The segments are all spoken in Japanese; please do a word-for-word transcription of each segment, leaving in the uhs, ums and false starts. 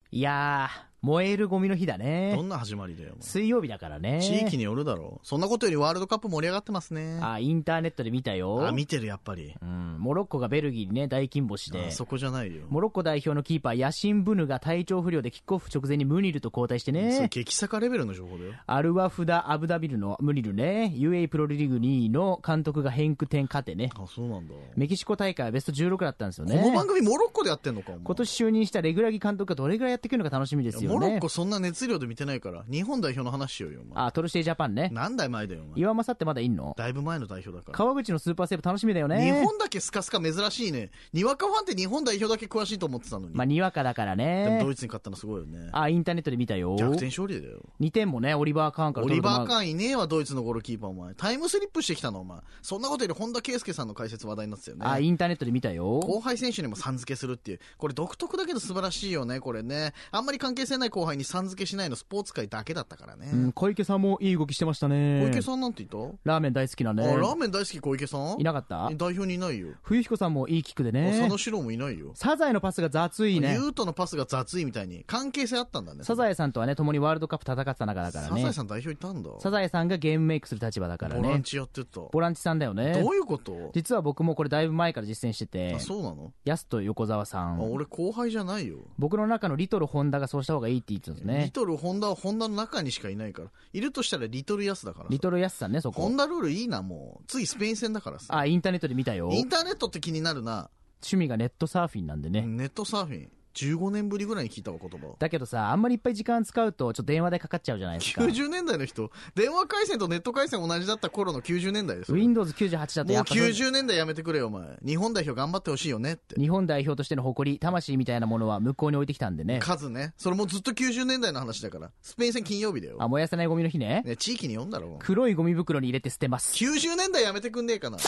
いやー、燃えるゴミの日だね。 どんな始まりだよ。 水曜日だからね。 地域によるだろう。そんなことよりワールドカップ盛り上がってますね。 あ、インターネットで見たよ。 あ、見てるやっぱり。 うん、モロッコがベルギーにね大金星で。 あ、そこじゃないよ。 モロッコ代表のキーパーヤシン・ブヌが体調不良でキックオフ直前にムニルと交代してね。 それ激坂レベルの情報だよ。 アルワフダ・アブダビルのムニルね、 ユーエーイー プロリーグにいの監督が偏屈勝てね。 あ、そうなんだ。 メキシコ大会はベストじゅうろくだったんですよね。 この番組モロッコでやってんのか。 今年就任したレグラギ監督がどれぐらいやってくるのか楽しみですよね。 モロッコそんな熱量で見てないから日本代表の話しようよ。お前あ、トルシエジャパンね。 何代前だよお前。 岩政ってまだいんの？ だいぶ前の代表だから。 川口のスーパーセーブ楽しみだよね。 日本だけスカスカ珍しいね。にわかファンって日本代表だけ詳しいと思ってたのに。 まあにわかだからね。 でもドイツに勝ったのすごいよね。 あ、インターネットで見たよ。 逆転勝利だよ。 にてんもね、オリバー・カーンからオリ取ると。 バーカーンいねえわドイツのゴールキーパーお前。タイムスリップしてきたのお前。そんなことより本田圭佑さんの解説話題になってたよね。 あ、インターネットで見たよ。 後輩選手にもさん付けするっていう、これ独特だけど素晴らしいよね。これね、あんまり関係性ない後輩にさん付けしないのスポーツ界だけだったからね。 うん、小池さんもいい動きしてましたね。 小池さんなんて言った？ ラーメン大好きなね。 あ、ラーメン大好き小池さんいなかった？ 代表にいないよ。 冬彦さんもいいキックでね。 佐野史郎もいないよ。 サザエのパスが雑いね。 ユートのパスが雑いみたいに関係性あったんだね。 サザエさんとはね共にワールドカップ戦ってた仲だからね。 サザエさん代表いたんだ。 サザエさんがゲームメイクする立場だからね。 ボランチやってた。 ボランチさんだよね。 どういうこと？ 実は僕もこれだいぶ前から実践してて。 あ、そうなの？ ヤスと横澤さん。 あ、俺後輩じゃないよ。 僕の中のリトルホンダがそうした方がいいって言ってたんですね。 リトルホンダはホンダの中にしかいないから。いるとしたらリトルヤスだから。 リトルヤスさんね、そこ。 ホンダルールいいな、もう。次スペイン戦だからさ。 あ、インターネットで見たよ。 インターネットって気になるな。 趣味がネットサーフィンなんでね。 ネットサーフィン。じゅうごねんぶりぐらいに聞いたわ、言葉。 だけどさ、あんまりいっぱい時間使うとちょっと電話でかかっちゃうじゃないですか。 きゅうじゅうねんだいの人、電話回線とネット回線同じだった頃のきゅうじゅうねんだいですよ。 ウィンドウズきゅうじゅうはち だとやっぱもうきゅうじゅうねんだいやめてくれよお前。日本代表頑張ってほしいよねって。 日本代表としての誇り、魂みたいなものは向こうに置いてきたんでね。 数ね。それもずっときゅうじゅうねんだいの話だから。スペイン戦金曜日だよ。 あ、燃やさないゴミの日ね。 ね、地域に読んだろ。 黒いゴミ袋に入れて捨てます。 きゅうじゅうねんだいやめてくんねえかな。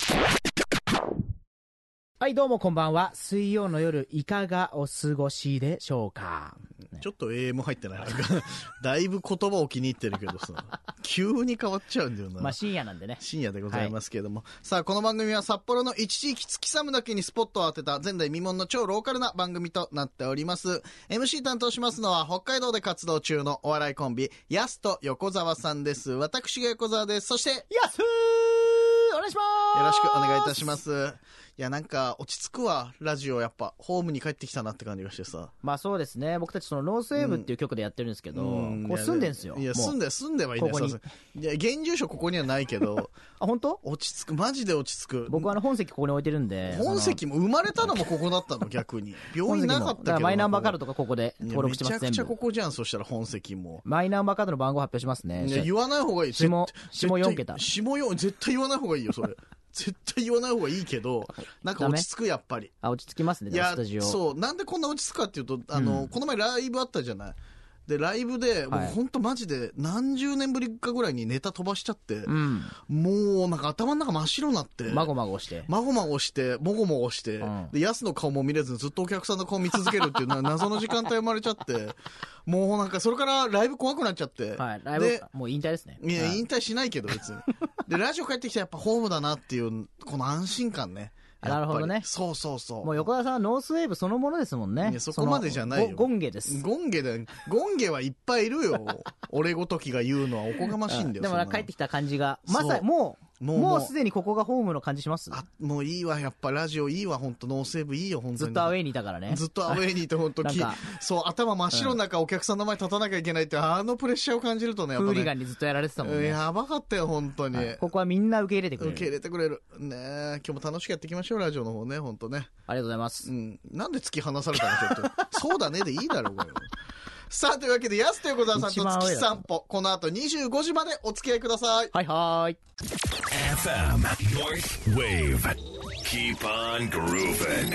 はい、どうもこんばんは。水曜の夜いかがお過ごしでしょうか。 ちょっと エーエム 入ってない。だいぶ言葉を気に入ってるけどさ、急に変わっちゃうんだよな。 まあ深夜なんでね。 深夜でございますけれども、はい、さあこの番組は札幌の一地域月寒だけにスポットを当てた前代未聞の超ローカルな番組となっております。 エムシー 担当しますのは北海道で活動中のお笑いコンビヤスと横澤さんです。私が横澤です。そしてヤスーお願いします。 よろしくお願いいたします。いやなんか落ち着くわ。ラジオやっぱホームに帰ってきたなって感じがしてさ。 まあそうですね。僕たちそのノースウェーブっていう曲でやってるんですけど、うん、こう住んでんすよ。 いや住んで住んではいない。ここにいや現住所ここにはないけどあ本当？ 落ち着くマジで落ち着く。 僕はあの本籍ここに置いてるんで。 本籍も生まれたのもここだったの逆に。病院なかったけど。だからマイナンバーカードとかここで登録してます。 めちゃくちゃここじゃん。そしたら本籍もマイナンバーカードの番号発表しますね。 いや言わない方がいい。 下下よん桁。 下よん絶対言わない方がいいよそれ。絶対言わない方がいいけど、なんか落ち着くやっぱり。 あ、落ち着きますね。 いやスタジオ。 そうなんでこんな落ち着くかっていうと、あの、うん、この前ライブあったじゃない。でライブで、はい、僕ほんとマジで何十年ぶりかぐらいにネタ飛ばしちゃって、うん、もうなんか頭の中真っ白になってまごまごしてまごまごしてもごもごして、うん、でヤスの顔も見れずにずっとお客さんの顔見続けるっていう謎の時間帯生まれちゃってもうなんかそれからライブ怖くなっちゃって、 はい、ライブもう引退ですね。 いや、はい、引退しないけど別にでラジオ帰ってきてやっぱホームだなっていうこの安心感ね。 なるほどね。 そうそうそう。 もう横田さんはノースウェーブそのものですもんね。 いやそこまでじゃないよ。 ゴンゲです。 ゴンゲだよ。ゴンゲはいっぱいいるよ。俺ごときが言うのはおこがましいんだよ。 でも帰ってきた感じがまさにもうもうもうすでにここがホームの感じします。 あもういいわやっぱラジオいいわ本当ノースウェーブいいよ本当に。 ずっとアウェイにいたからね。 ずっとアウェイにいて本当きそう頭真っ白の中、うん、お客さんの前立たなきゃいけないってあのプレッシャーを感じるとねやっぱね。 フーリガンにずっとやられてたもんね。 やばかったよ本当に、はい。 ここはみんな受け入れてくれる。 受け入れてくれるね。今日も楽しくやっていきましょうラジオの方ね本当ね。 ありがとうございます。 うん、なんで突き放されたのちょっとそうだねでいいだろうこれ。さあというわけでヤスと横澤さんと月散歩この後にじゅうごじまでお付き合いください。 はいはい。 エフエム North Wave Keep on grooving。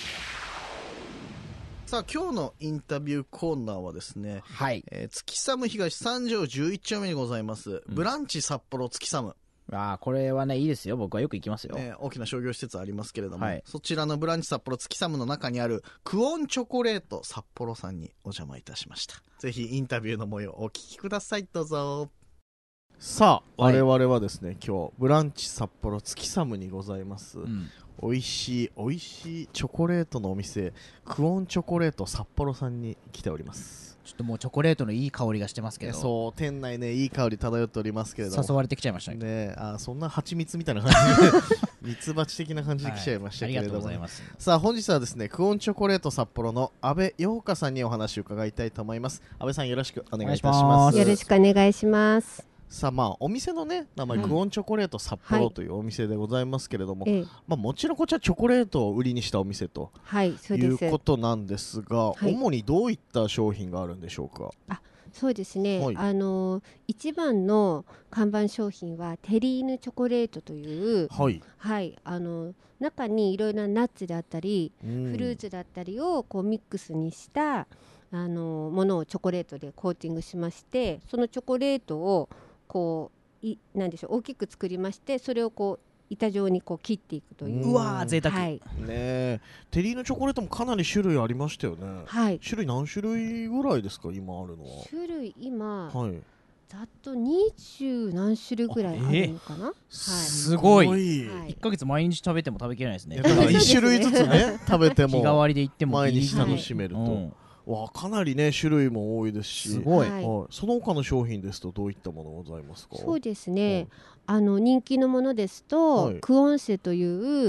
さあ今日のインタビューコーナーはですね、 はいえー、月寒東三条じゅういち丁目にございます、うん、ブランチ札幌月寒。 ああこれはねいいですよ。僕はよく行きますよ、 ね、大きな商業施設ありますけれども、 はい、 そちらのブランチ札幌月寒の中にあるクオンチョコレート札幌さんにお邪魔いたしました。ぜひインタビューの模様をお聞きくださいどうぞ。さあ、はい、我々はですね今日ブランチ札幌月寒にございます、うん、 美味しい美味しいチョコレートのお店、クオンチョコレート札幌さんに来ております。 ちょっともうチョコレートのいい香りがしてますけど、 そう店内ねいい香り漂っておりますけれども、 誘われてきちゃいましたね。 ねあそんな蜂蜜みたいな感じでミツバチ的な感じで来ちゃいましたけれども、 はい、ありがとうございます。 さあ本日はですねクオンチョコレート札幌の阿部陽香さんにお話を伺いたいと思います。阿部さんよろしくお願いいたします。 よろしくお願いします。 さあまあお店のね名前、うん、クオンチョコレート札幌というお店でございますけれども、はいまあ、もちろんこちらチョコレートを売りにしたお店と、はい、そうですいうことなんですが、はい、主にどういった商品があるんでしょうか。 あそうですね、はい、あの一番の看板商品はテリーヌチョコレートという、はいはい、あの中にいろいろなナッツであったり、うん、フルーツだったりをこうミックスにしたあのものをチョコレートでコーティングしまして、そのチョコレートをこういなんでしょう大きく作りまして、それをこう板状にこう切っていくという。 うわー贅沢、はい、 ねテリーヌチョコレートもかなり種類ありましたよね。はい、種類何種類ぐらいですか今あるのは。 種類今、はい、ざっとにじゅう何種類ぐらいあるのかな、はい、 すごい、はい、いっかげつ毎日食べても食べきれないですね。 いち種類ずつね食べても日替わりでいっても毎日楽しめると、はいうんわかなりね種類も多いですし、すごい、はい、その他の商品ですとどういったものございますか。 そうですね、はい、あの人気のものですと、はい、クオンセという、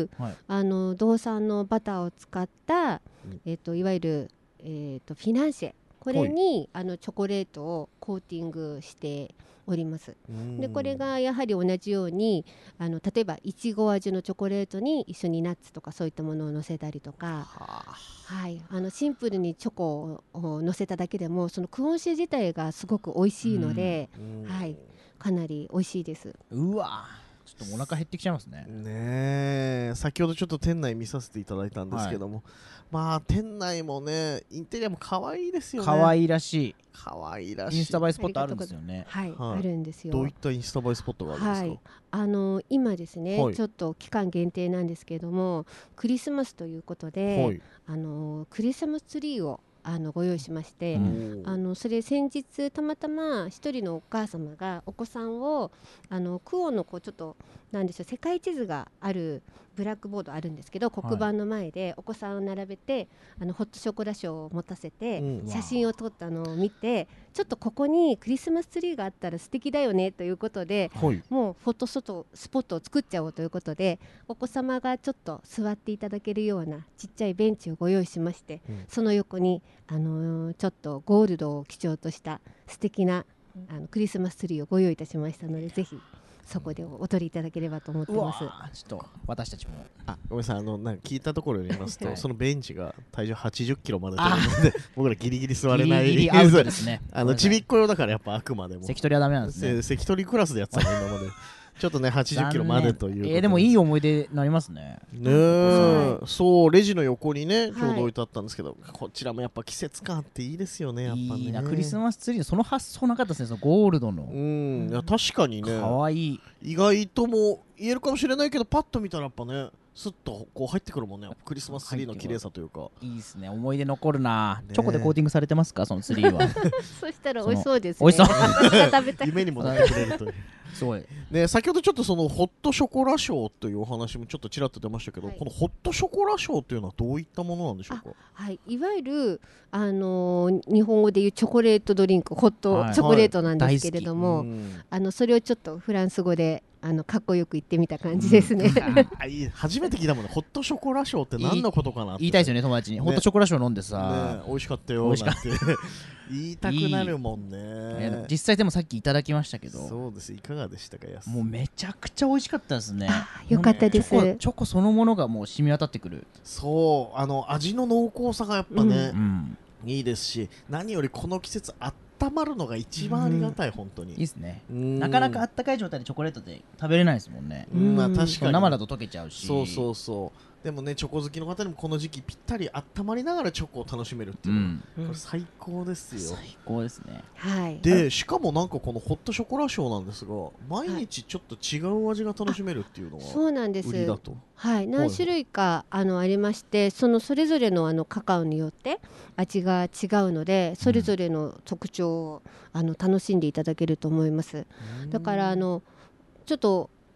はい、あの道産のバターを使った、うんえー、といわゆる、えー、とフィナンシェ、これに、はい、あのチョコレートをコーティングしております。でこれがやはり同じようにあの例えばいちご味のチョコレートに一緒にナッツとかそういったものを乗せたりとか、はあはい、あのシンプルにチョコを乗せただけでもそのクオンシェ自体がすごく美味しいので、はい、かなり美味しいです。 うわちょっとお腹減ってきちゃいますね。 ねえ先ほどちょっと店内見させていただいたんですけども、はい、まあ店内もねインテリアも可愛いですよね。 可愛いらしい可愛いらしいインスタ映えスポットあるんですよね。 はい、はい、あるんですよ。 どういったインスタ映えスポットがあるんですか。はい、 あの今ですね、はい、ちょっと期間限定なんですけれどもクリスマスということで、はい、あのクリスマスツリーをあのご用意しまして、うん、あのそれ先日たまたま一人のお母様がお子さんをあのクオンのこうちょっとなんでしょう世界地図があるブラックボードあるんですけど黒板の前でお子さんを並べて、はい、あのホットショコラショーを持たせて、うん、写真を撮ったのを見てちょっとここにクリスマスツリーがあったら素敵だよねということで、はい、もうフォトスポットを作っちゃおうということでお子様がちょっと座っていただけるようなちっちゃいベンチをご用意しまして、うん、その横に、あのー、ちょっとゴールドを基調とした素敵なあのクリスマスツリーをご用意いたしましたのでぜひそこでお取りいただければと思ってます。 ちょっと私たちもあごめんなさいあのなんか聞いたところによりますと、はい、そのベンチが体重はちじゅっキロまでというので僕らギリギリ座れないギリギリアウトですねあのちびっこ用だからやっぱあくまでも関取はダメなんですね。 関取クラスでやってたの今までちょっとねはちじゅっキロまでということで、 えー、でもいい思い出になりますね。 ねえ、はい、そうレジの横にねちょうど置いてあったんですけど、はい、こちらもやっぱ季節感あっていいですよね。やっぱねいいなクリスマスツリーのその発想なかったですね。そのゴールドのうんいや確かにねかわいい意外とも言えるかもしれないけどパッと見たらやっぱねスッとこう入ってくるもんね。クリスマスツリーの綺麗さというかいいですね。思い出残るな、ね、チョコでコーティングされてますかそのツリーはそしたら美味しそうですね。 美味しそう食べたい夢に戻ってくれるというすごいね、先ほどちょっとそのホットショコラショーというお話もちょっとちらっと出ましたけど、はい、このホットショコラショーというのはどういったものなんでしょうか。 はい、いわゆる、あのー、日本語でいうチョコレートドリンクホットチョコレートなんですけれども、はいはい、あのそれをちょっとフランス語であのかっこよく言ってみた感じですね、 うん、初めて聞いたもんねホットショコラショーって何のことかなって言いたいですよね友達に、ね、ホットショコラショー飲んでさ、 ね、美味しかったよなんて言いたくなるもんね。 実際でもさっきいただきましたけどそうですいかがでしたか。やすもうめちゃくちゃ美味しかったですね。 よかったです。 チョコ、チョコそのものがもう染み渡ってくる。 そうあの味の濃厚さがやっぱね、うんうん、いいですし何よりこの季節あ温まるのが一番ありがたい、うん、本当にいいですね。なかなかあったかい状態でチョコレートって食べれないですもんね。 うん、まあ確かに生だと溶けちゃうし。 そうそうそうでもねチョコ好きの方にもこの時期ぴったり温まりながらチョコを楽しめるっていうのは、うん、これ最高ですよ。 最高ですね。 はいでしかもなんかこのホットショコラショーなんですが毎日ちょっと違う味が楽しめるっていうのがそうなんです。 売りだと。 はい、何種類かあのありましてそのそれぞれのあのカカオによって味が違うのでそれぞれの特徴をあの楽しんでいただけると思います。だからあのちょっと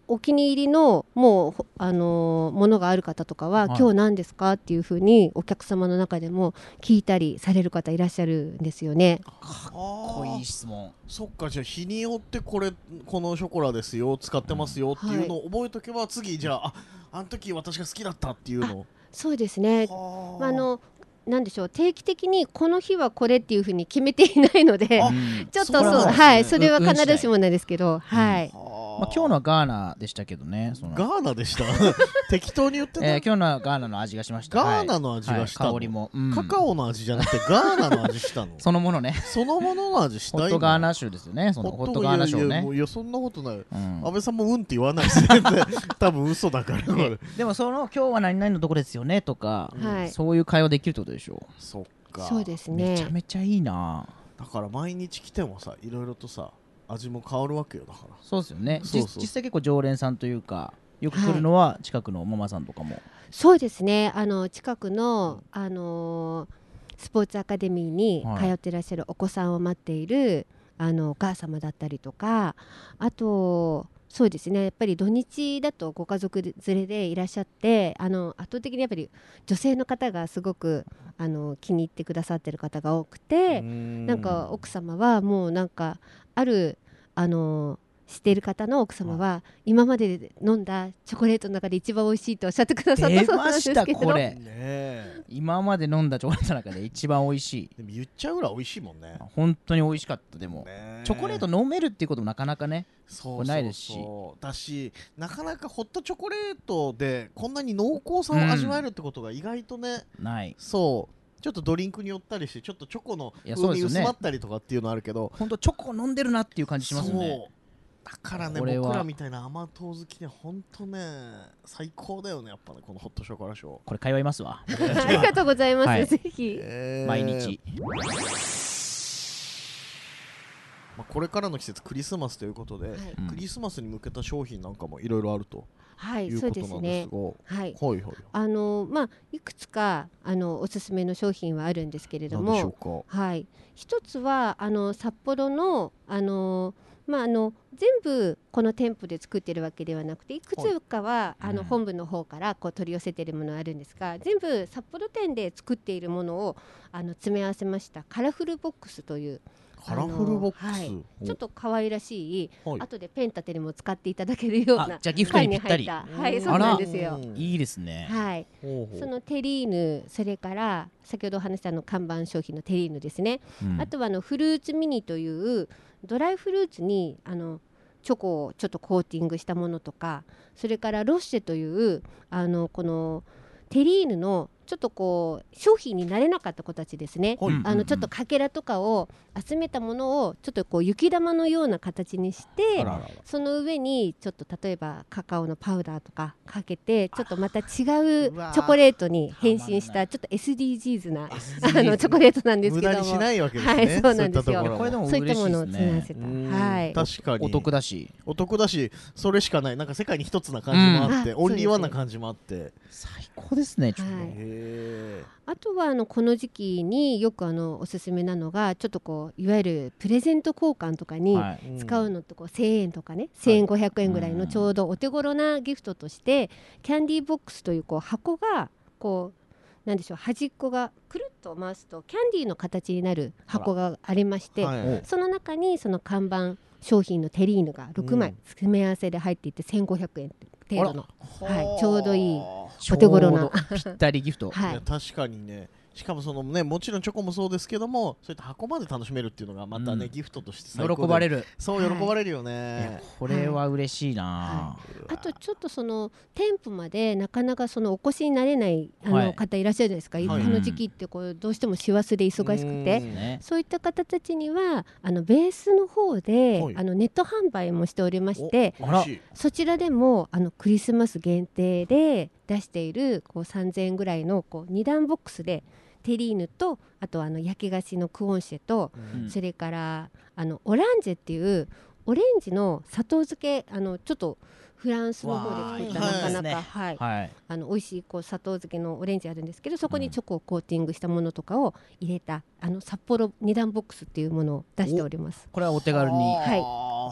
お気に入りのもうあのーものがある方とかは、 はい、 今日何ですかっていうふうにお客様の中でも聞いたりされる方いらっしゃるんですよね。 かっこいい質問。 そっか、じゃあ日によってこれこのショコラですよ、使ってますよっていうのを覚えとけば、次じゃあ、ああの時私が好きだったっていうの。 そうですね。 はまあ、あのなんでしょう、定期的にこの日はこれっていうふうに決めていないので、ちょっとそう、はい、それは必ずしもなんですけど、はい。 まあ、今日のはガーナでしたけどね。そのガーナでした適当に言ってた、 えー、今日のはガーナの味がしました。 ガーナの味がしたの、 はいはい、香りも、うん、 カカオの味じゃなくてガーナの味したのそのものねそのものの味したいの。 ホットガーナ州ですよね。そのホットガーナ州ね。いやいや、 いやそんなことない、うん、安倍さんもうんって言わないですね多分嘘だからでもその今日は何々のとこですよねとか、 はい、 そういう会話できるってことでしょ。 そっか、 そうですね。 めちゃめちゃいいな。 だから毎日来てもさ、いろいろとさ味も変わるわけよ。だからそうですよね。 そうそう、 実際結構常連さんというかよく来るのは近くのママさんとかも、はい、 そうですね。あの近くの、あのー、スポーツアカデミーに通ってらっしゃるお子さんを待っている、はい、あのお母様だったりとか、あとそうですね、やっぱり土日だとご家族連れでいらっしゃって、あの圧倒的にやっぱり女性の方がすごくあの気に入ってくださってる方が多くて、なんか奥様はもうなんかあるあの知っている方の奥様は今までで飲んだチョコレートの中で一番美味しいとおっしゃってくださったそうなんですけど。 出ましたこれ、ね、今まで飲んだチョコレートの中で一番美味しい。 でも言っちゃうぐらい美味しいもんね。 本当に美味しかった。でもチョコレート飲めるっていうこともなかなかね、 そうそうそうないですし、 だしなかなかホットチョコレートでこんなに濃厚さを味わえるってことが意外とね、 うん、ない。 そうちょっとドリンクによったりしてちょっとチョコの風味薄まったりとかっていうのあるけど、 本当チョコ飲んでるなっていう感じしますよね。 だからね、僕らみたいな甘党好きね、本当ね最高だよね、やっぱね、このホットショコラショー。 これ通いますわありがとうございます、はい、ぜひ、 えー、 毎日。 まあ、これからの季節クリスマスということで、はい、クリスマスに向けた商品なんかもいろいろあると。はい、そうですね。 はい、はいはい、あのまあいくつかあのおすすめの商品はあるんですけれども、はい、一つはあの札幌のあのまああの全部この店舗で作ってるわけではなくて、いくつかは、はい、あの本部の方からこう取り寄せているものがあるんですが、全部札幌店で作っているものをあの詰め合わせましたカラフルボックスという。 カラフルボックス、はい、 ちょっと可愛らしい、はい、後でペン立てにも使っていただけるような、 じゃあギフトにぴったり、 はい、そうなんですよ。 いいですね。 はい、ほうほう、そのテリーヌ、それから先ほどお話したの看板商品のテリーヌですね、うん、あとはあのフルーツミニというドライフルーツにあのチョコをちょっとコーティングしたものとか、それからロッシェというあのこのテリーヌのちょっとこう商品になれなかった子たちですね、はい、あのちょっとかけらとかを集めたものをちょっとこう雪玉のような形にして、あららら、その上にちょっと例えばカカオのパウダーとかかけて、ちょっとまた違うチョコレートに変身したちょっと エスディージーズ なあのチョコレートなんですけども、無駄にしないわけですね。はい、そうなんですよ。 これでもそういったものを詰め合わせた、はい、 確かにお得だしお得だし、それしかない、なんか世界に一つな感じもあって、うん、オンリーワンな感じもあって最高ですね。ちょっと、はい、 へー、 あとはあのこの時期によくあのおすすめなのが、ちょっとこういわゆるプレゼント交換とかに使うのってこうせんえんとかね、せんえんごひゃくえんぐらいのちょうどお手頃なギフトとして、キャンディーボックスというこう箱がこうなんでしょう、端っこがくるっと回すとキャンディーの形になる箱がありまして、はい、その中にその看板商品のテリーヌがろくまい詰め合わせで入っていてせんごひゃくえん程度の、はい、ちょうどいいお手頃なぴったりギフト、 はい、いや確かにね。しかもそのね、もちろんチョコもそうですけども、そういった箱まで楽しめるっていうのがまたね、うん、ギフトとして最高で喜ばれる。 そう、喜ばれるよね、 はい、これは嬉しいな、 はい、あとちょっとその店舗までなかなかそのお越しになれないあの、はい、方いらっしゃるじゃないですか、はい、この時期ってこうどうしても師走で忙しくて、うん、そういった方たちにはあのベースの方で、はい、あのネット販売もしておりまして、そちらでもあのクリスマス限定で出しているこうさんぜんえんぐらいのこうに段ボックスでテリーヌと、あとあの焼き菓子のクオンシェと、うん、それからあのオランジェっていうオレンジの砂糖漬け、あのちょっとフランスの方で作ったなかなか、はいはい、あの美味しいこう砂糖漬けのオレンジあるんですけど、そこにチョコをコーティングしたものとかを入れた、あの札幌に段ボックスっていうものを出しております。 これはお手軽に、 はい、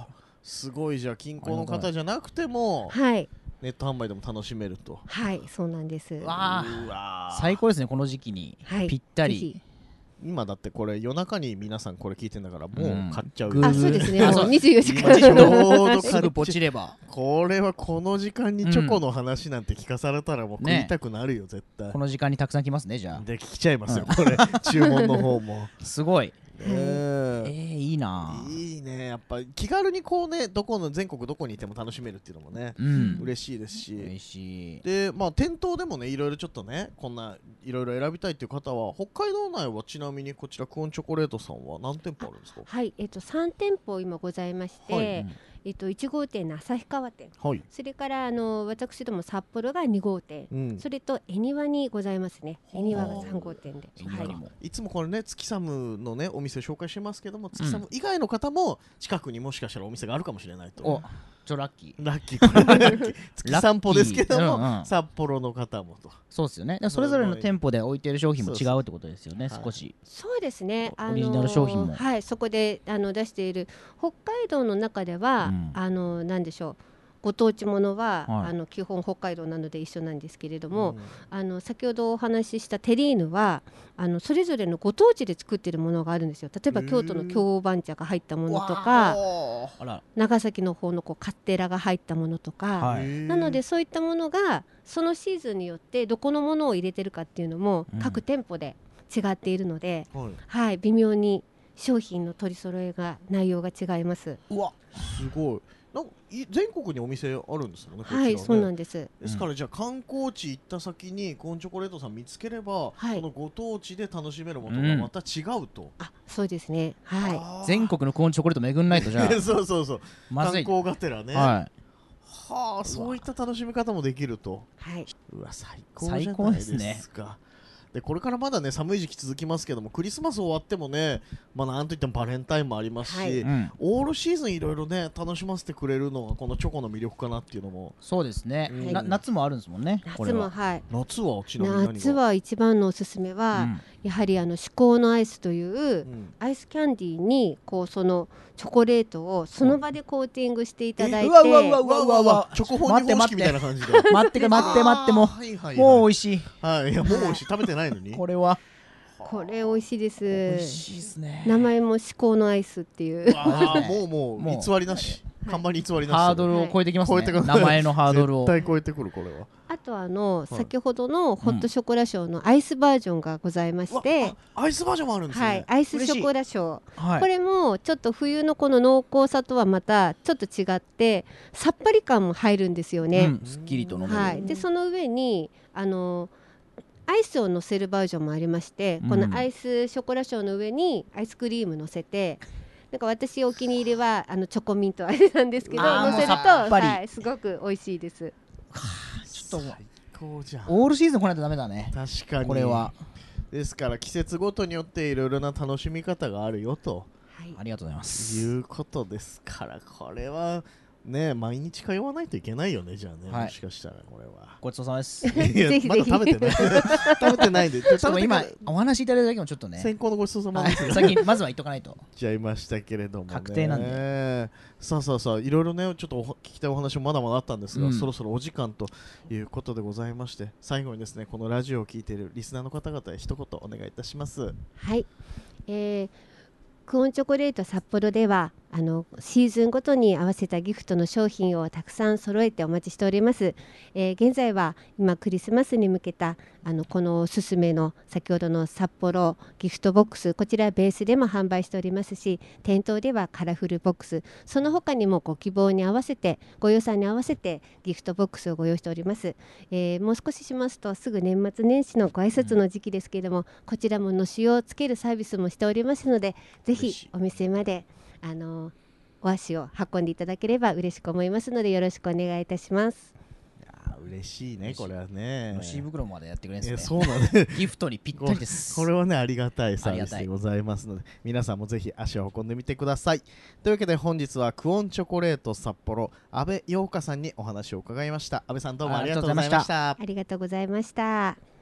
すごい。じゃあ近郊の方じゃなくても、 はい、 ネット販売でも楽しめると。 はい、そうなんです。 わうわ最高ですね、この時期に、はい、ぴったり。 今だってこれ夜中に皆さんこれ聞いてんだからもう買っちゃう、 うん、あ、そうですね、もうにじゅうよじかんちょうどすぐポチれば。 これはこの時間にチョコの話なんて聞かされたらもう食いたくなるよ、ね、絶対。 この時間にたくさん来ますね、じゃあ。 で聞きちゃいますよ、うん、これ注文の方もすごい。 えー、 えー、いいないいね。やっぱ気軽にこうね、どこの全国どこにいても楽しめるっていうのもね、うん、嬉しいですし、 嬉しい。 でまあ店頭でもね、いろいろちょっとね、こんないろいろ選びたいっていう方は、北海道内はちなみにこちらクオンチョコレートさんは何店舗あるんですか？ はい、えっとさん店舗今ございまして、はい、えっといち号店の旭川店、はい、それからあの私ども札幌がに号店、うん、それと恵庭にございますね。恵庭がさん号店で、 はい、いつもこれね、月寒のねお店を紹介してますけども、月寒以外の方も近くにもしかしたらお店があるかもしれないと、 おちょラッキーラッキーこれラッキー月散歩ですけども、うんうん、札幌の方もと。 そうですよね。それぞれの店舗で置いている商品も違うってことですよね。そうそう少しそうですね、 オリジナル商品も、 はい、そこであの出している北海道の中では、うん、あのなんでしょう、ご当地ものは、はい、あの基本北海道なので一緒なんですけれども、うん、あの先ほどお話ししたテリーヌはあのそれぞれのご当地で作っているものがあるんですよ。例えば京都の京番茶が入ったものとか、長崎の方のこうカステラが入ったものとか、はい、なのでそういったものがそのシーズンによってどこのものを入れてるかっていうのも各店舗で違っているので、うんはいはい、微妙に商品の取り揃えが内容が違います。 うわすごい。なんか全国にお店あるんですよね。 はい、ね、そうなんです。 ですからじゃあ観光地行った先にコーンチョコレートさん見つければ、はい、そのご当地で楽しめるものがまた違うと、うん、 あ、そうですね、はい、全国のコーンチョコレート巡んないとじゃあそうそうそう、ま、観光がてらね、 はい、 はあ、そういった楽しみ方もできると、 はい、 うわ最高じゃないですか。最高ですね。でこれからまだね寒い時期続きますけども、クリスマス終わってもね、まあなんといってもバレンタインもありますし、はいうん、オールシーズンいろいろね楽しませてくれるのがこのチョコの魅力かなっていうのも。 そうですね、うんな夏もあるんですもんね。 夏もはい。 夏はちなみに何が？ 夏は一番のおすすめは、うん、やはりあの至高のアイスという、うん、アイスキャンディーにこうそのチョコレートをその場でコーティングしていただいて、うわうわうわうわうわうわチョコフォンデュ方式みたいな感じで待って待って待ってもう、はいはいはい、もう美味しい。 はい、いやもう美味しい。食べてないのにこれはこれ美味しいです。美味しいですね。 名前も至高のアイスっていうあもうもう偽りなし、看板に偽りなし、 ハードルを超えてきますね、はい、名前のハードルを絶対超えてくる。これはあとあの、はい、先ほどのホットショコラショーのアイスバージョンがございまして、 うん、アイスバージョンもあるんですね。 はい、アイスショコラショー、はい、これもちょっと冬のこの濃厚さとはまたちょっと違ってさっぱり感も入るんですよね、 うん、すっきりと飲める、 はい、でその上にあのアイスを乗せるバージョンもありまして、うん、このアイスショコラショーの上にアイスクリーム乗せて、なんか私お気に入りはあのチョコミントあれなんですけど、乗せると、はい、すごく美味しいです。はあ、ちょっと最高じゃん。 オールシーズン来ないとダメだね。 確かにこれは。 ですから季節ごとによっていろいろな楽しみ方があるよと、 はい、ありがとうございます。 いうことですから、これはね毎日通わないといけないよね。じゃあね、はい、もしかしたらこれはごちそうさまです。 いやまだ食べてない食べてないんで、ちょっと今お話いただいただけもちょっとね先行のごちそうさまですが先にまずは言っとかないとちゃいましたけれども、ね、 確定なんで。 さあさあさあ、いろいろねちょっと聞きたいお話もまだまだあったんですが、うん、そろそろお時間ということでございまして、最後にですねこのラジオを聞いているリスナーの方々へ一言お願いいたします。 はい、えークオンチョコレート札幌ではあのシーズンごとに合わせたギフトの商品をたくさん揃えてお待ちしております、えー、現在は今クリスマスに向けたあのこのおすすめの先ほどの札幌ギフトボックス、こちらベースでも販売しておりますし、店頭ではカラフルボックス、その他にもご希望に合わせてご予算に合わせてギフトボックスをご用意しております、えー、もう少ししますとすぐ年末年始のご挨拶の時期ですけれども、こちらものしをつけるサービスもしておりますので、ぜひお店まであのお足を運んでいただければ嬉しく思いますので、よろしくお願いいたします。 いや嬉しいね、これはね。 のし袋までやってくれるんですね。 そうなんでギフトにぴったりです。 これはねありがたいサービスでございますので、皆さんもぜひ足を運んでみてください。というわけで本日はクオンチョコレート札幌阿部陽香さんにお話を伺いました。阿部さんどうもありがとうございました。 ありがとうございました。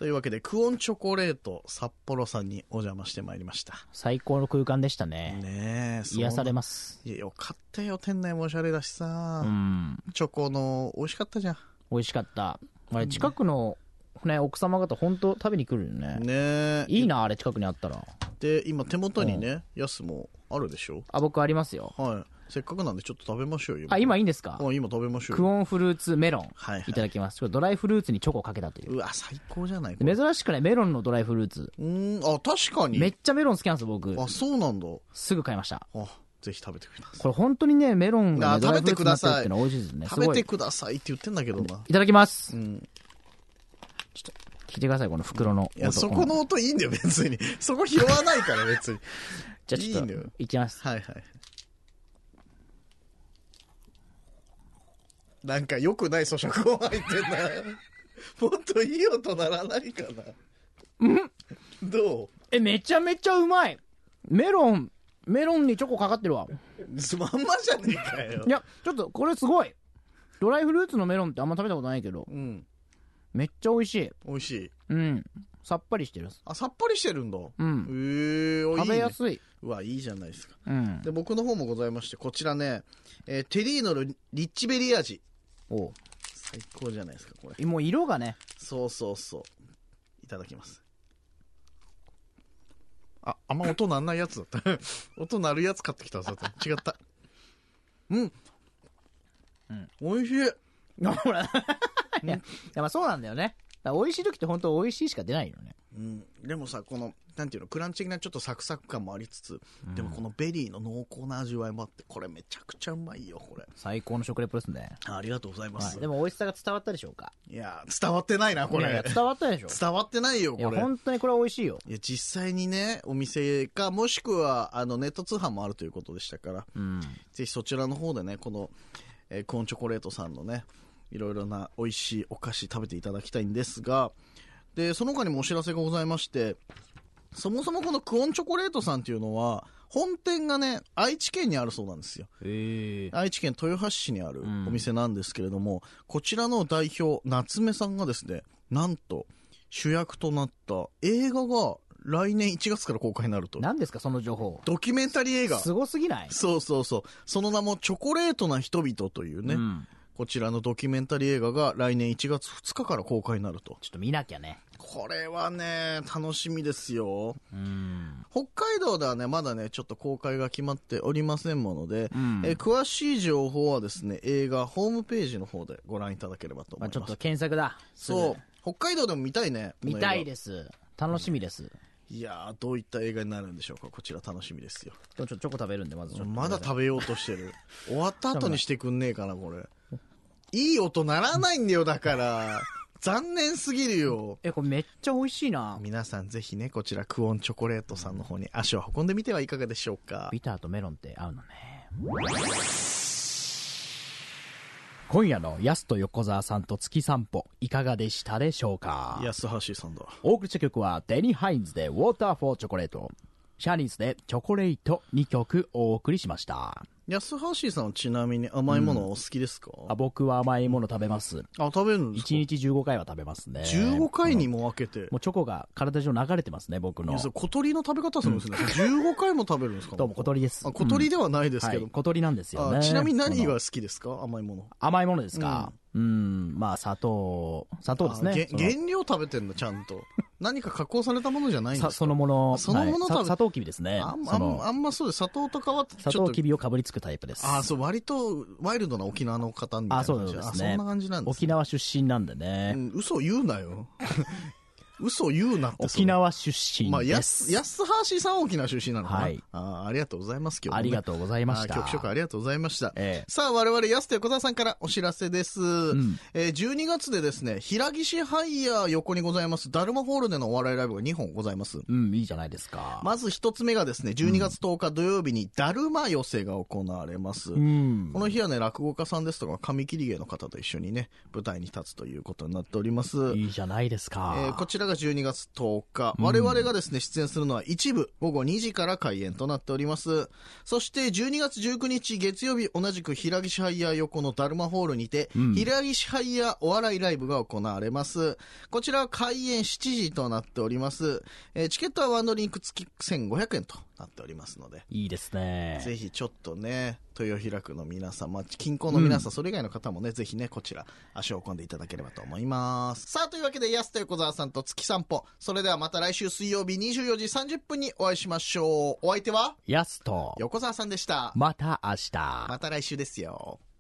というわけでクオンチョコレート札幌さんにお邪魔してまいりました。 最高の空間でしたね。 ねえ、 癒されます。 いや、よかったよ。店内もおしゃれだしさ、 うん、 チョコの美味しかったじゃん。 美味しかった。あれ近くの、ね、奥様方本当食べに来るよね。 ねえ、 いいなあれ近くにあったら。 で今手元にね、やすもあるでしょ。 あ、僕ありますよ。 はい。せっかくなんでちょっと食べましょうよ。 あ、今いいんですか。 あ、今食べましょうよ。 クオンフルーツメロン、 はいはい、 いただきます。ドライフルーツにチョコをかけたという。 うわ、最高じゃない。 珍しくね、メロンのドライフルーツ。 うん、あ、確かにめっちゃメロン好きなんですよ僕。 あ、そうなんだ。 すぐ買いました。 あ、ぜひ食べてください。 これ本当にね、メロンが、ね、 食べてくださいってのは美味しいですね。 食べてくださいって言ってんだけどな。 いただきます。 うん。 ちょっと聞いてください、この袋の音。 いや、そこの音いいんだよ別に。そこ拾わないから別に。 じゃあちょっといきます。 はいはい。なんか良くない咀嚼音入ってんな。もっといい音ならないかな。 うんどう？ え、めちゃめちゃうまい。メロン、メロンにチョコかかってるわ。 まんまじゃねえかよ。 いや、ちょっとこれすごい。ドライフルーツのメロンってあんま食べたことないけど、 うん、 めっちゃ美味しい。 美味しい。 うん。さっぱりしてる。 あ、さっぱりしてるんだ。 うん。 へえー、 食べやすい。 いいね。うわ、いいじゃないですか。 うん。 で、僕の方もございまして、こちらね、えー、テリーノのリッチベリー味。 お、 最高じゃないですかこれ。 もう色がね。 そうそうそう。いただきます。あ、あんま音なんないやつだった。音鳴るやつ買ってきたはずだった。違った。うん。うん。美味しい。 ほら。いや、いやまあそうなんだよね。だ美味しい時って本当美味しいしか出ないよね。 うん。でもさ、このなんていうの、クランチ的なちょっとサクサク感もありつつ、うん、でもこのベリーの濃厚な味わいもあって、これめちゃくちゃうまいよこれ。 最高の食レポですね。 あ, ありがとうございます、 はい、でも美味しさが伝わったでしょうか。 いや伝わってないなこれ。いやいや伝わったでしょ。 伝わってないよこれ。 いや本当にこれ美味しいよ。 いや実際にねお店かもしくはあのネット通販もあるということでしたから、うん、ぜひそちらの方でねこの、えー、クオンチョコレートさんのねいろいろな美味しいお菓子食べていただきたいんですが、でその他にもお知らせがございまして、そもそもこのクオンチョコレートさんっていうのは本店がね愛知県にあるそうなんですよ。 へー。 愛知県豊橋市にあるお店なんですけれども、うん、こちらの代表夏目さんがですねなんと主役となった映画が来年いちがつから公開になると。 何ですかその情報。 ドキュメンタリー映画。 すごすぎない？ そうそうそう。その名もチョコレートな人々というね、うん、こちらのドキュメンタリー映画が来年いちがつふつかから公開になると。 ちょっと見なきゃね。 これはね楽しみですよ。 うん、 北海道ではねまだねちょっと公開が決まっておりませんもので、うん、え詳しい情報はですね映画ホームページの方でご覧いただければと思います。 まあ、ちょっと検索だ。 そう北海道でも見たいね。 見たいです。楽しみです、うん、 いやーどういった映画になるんでしょうか。こちら楽しみですよ。 ちょっとチョコ食べるんでまずちょっとまだ食べようとしてる。終わった後にしてくんねえかなこれ。いい音ならないんだよだから残念すぎるよ。 えこれめっちゃ美味しいな。 皆さんぜひねこちらクオンチョコレートさんの方に足を運んでみてはいかがでしょうか。 ビターとメロンって合うのね。今夜のヤスと横澤さんと月散歩いかがでしたでしょうか。 ヤスハーシーさんだ。 お送りした曲はデニー・ハインズでウォーター・フォー・チョコレート、シャニーズでチョコレートにきょくお送りしました。 ヤスハーシーさんはちなみに甘いものはお好きですか？ うん、あ僕は甘いもの食べます。 あ食べるんですか？いちにちじゅうごかいは食べますね。 じゅうごかいにも分けて、 もうチョコが体上流れてますね僕の。 小鳥の食べ方するんですね、うん、じゅうごかいも食べるんですか？ どうも小鳥です。 あ小鳥ではないですけど、うんはい、小鳥なんですよね。 ちなみに何が好きですか？甘いもの。 甘いものですか？うん、うんまあ砂糖砂糖ですね。 原料食べてんのちゃんと何か加工されたものじゃないんですか？ そのものそのもの食べ、 はい、砂糖きびですね。 あん あ, あんまそうです。砂糖と変わって砂糖きびをかぶりつくタイプです。 あそう割とワイルドな沖縄の方みたいな感じ。あそうですね。あそんな感じなんです、ね、 沖縄出身なんでね、 うん、嘘言うなよ嘘言うなって。 沖縄出身です。 まあ、やす、やすはーしーさんは沖縄出身なのかな。 はい。 あありがとうございます。今日、ね、 ありがとうございました。 曲紹介ありがとうございました。 ええ、 さあ、我々、やすと横澤さんからお知らせです。うん、えー、じゅうにがつでですね、平岸ハイヤー横にございます、ダルマホールでのお笑いライブがにほんございます。 うん、いいじゃないですか。 まず一つ目がですね、じゅうにがつとおか土曜日にダルマ寄せが行われます。 うん、 この日はね、落語家さんですとか、紙切り芸の方と一緒にね、舞台に立つということになっております。 いいじゃないですか。 えー、こちらががじゅうにがつとおか、我々がですね、出演するのは一部、午後にじから開演となっております。そしてじゅうにがつじゅうくにち月曜日、同じく平岸ハイヤー横のダルマホールにて、うん、平岸ハイヤーお笑いライブが行われます。こちらは開演しちじとなっております。えー、チケットはワンドリンク付きせんごひゃくえんとなっておりますので。 いいですね。 ぜひちょっとね、豊平区の皆様、近郊の皆さん、うん、それ以外の方もね、ぜひね、こちら足を運んでいただければと思います。さあ、というわけで、安田横澤さんと月散歩。それではまた来週水曜日にじゅうよじさんじゅっぷんにお会いしましょう。お相手は安と横澤さんでした。 また明日。 また来週ですよ。